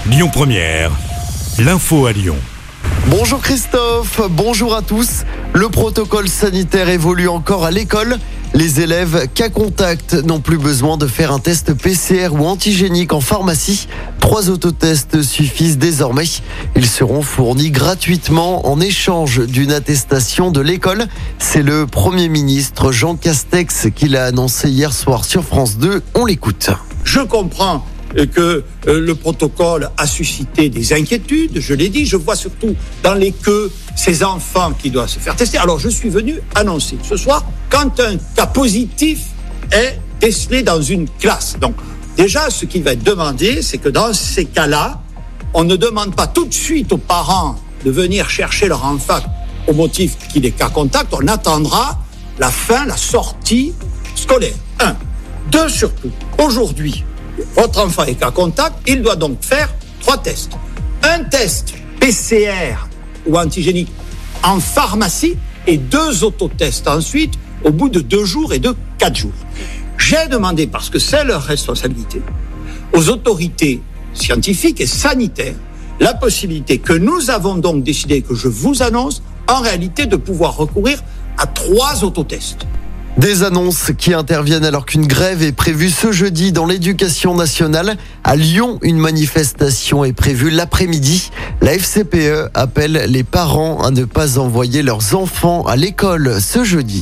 Lyon Première, l'info à Lyon. Bonjour Christophe, bonjour à tous. Le protocole sanitaire évolue encore à l'école. Les élèves cas contact n'ont plus besoin de faire un test PCR ou antigénique en pharmacie. 3 autotests suffisent désormais. Ils seront fournis gratuitement en échange d'une attestation de l'école. C'est le Premier ministre Jean Castex qui l'a annoncé hier soir sur France 2. On l'écoute. Je comprends que le protocole a suscité des inquiétudes, je l'ai dit, je vois surtout dans les queues ces enfants qui doivent se faire tester. Alors je suis venu annoncer ce soir quand un cas positif est décelé dans une classe. Donc déjà ce qui va être demandé, c'est que dans ces cas-là, on ne demande pas tout de suite aux parents de venir chercher leur enfant au motif qu'il est cas contact, on attendra la sortie scolaire. 1. 2 surtout, aujourd'hui, votre enfant est cas contact, il doit donc faire 3 tests. Un test PCR ou antigénique en pharmacie et 2 autotests ensuite au bout de 2 jours et de 4 jours. J'ai demandé, parce que c'est leur responsabilité, aux autorités scientifiques et sanitaires la possibilité que nous avons donc décidé, que je vous annonce, en réalité de pouvoir recourir à 3 autotests. Des annonces qui interviennent alors qu'une grève est prévue ce jeudi dans l'éducation nationale. À Lyon, une manifestation est prévue l'après-midi. La FCPE appelle les parents à ne pas envoyer leurs enfants à l'école ce jeudi.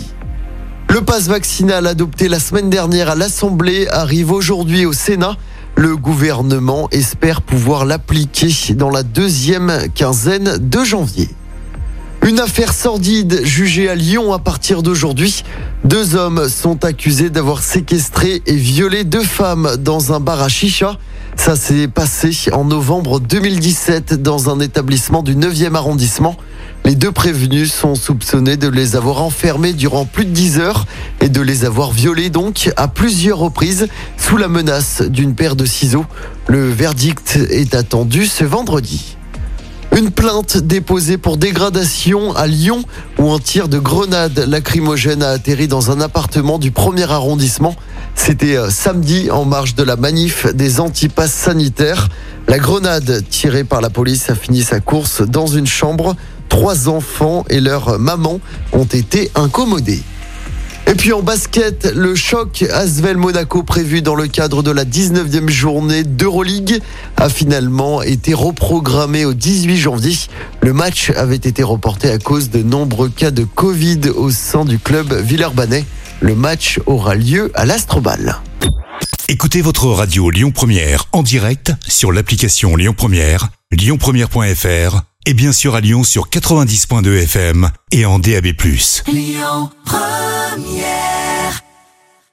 Le pass vaccinal adopté la semaine dernière à l'Assemblée arrive aujourd'hui au Sénat. Le gouvernement espère pouvoir l'appliquer dans la 2e quinzaine de janvier. Une affaire sordide jugée à Lyon à partir d'aujourd'hui. 2 hommes sont accusés d'avoir séquestré et violé 2 femmes dans un bar à chicha. Ça s'est passé en novembre 2017 dans un établissement du 9e arrondissement. Les 2 prévenus sont soupçonnés de les avoir enfermés durant plus de 10 heures et de les avoir violés donc à plusieurs reprises sous la menace d'une paire de ciseaux. Le verdict est attendu ce vendredi. Une plainte déposée pour dégradation à Lyon où un tir de grenade lacrymogène a atterri dans un appartement du 1er arrondissement. C'était samedi en marge de la manif des antipasses sanitaires. La grenade tirée par la police a fini sa course dans une chambre. 3 enfants et leur maman ont été incommodés. Et puis en basket, le choc Asvel-Monaco prévu dans le cadre de la 19e journée d'Euroleague a finalement été reprogrammé au 18 janvier. Le match avait été reporté à cause de nombreux cas de Covid au sein du club villeurbanais. Le match aura lieu à l'Astrobal. Écoutez votre radio Lyon Première en direct sur l'application Lyon Première, lyonpremière.fr et bien sûr à Lyon sur 90.2 FM et en DAB+. Lyon Première.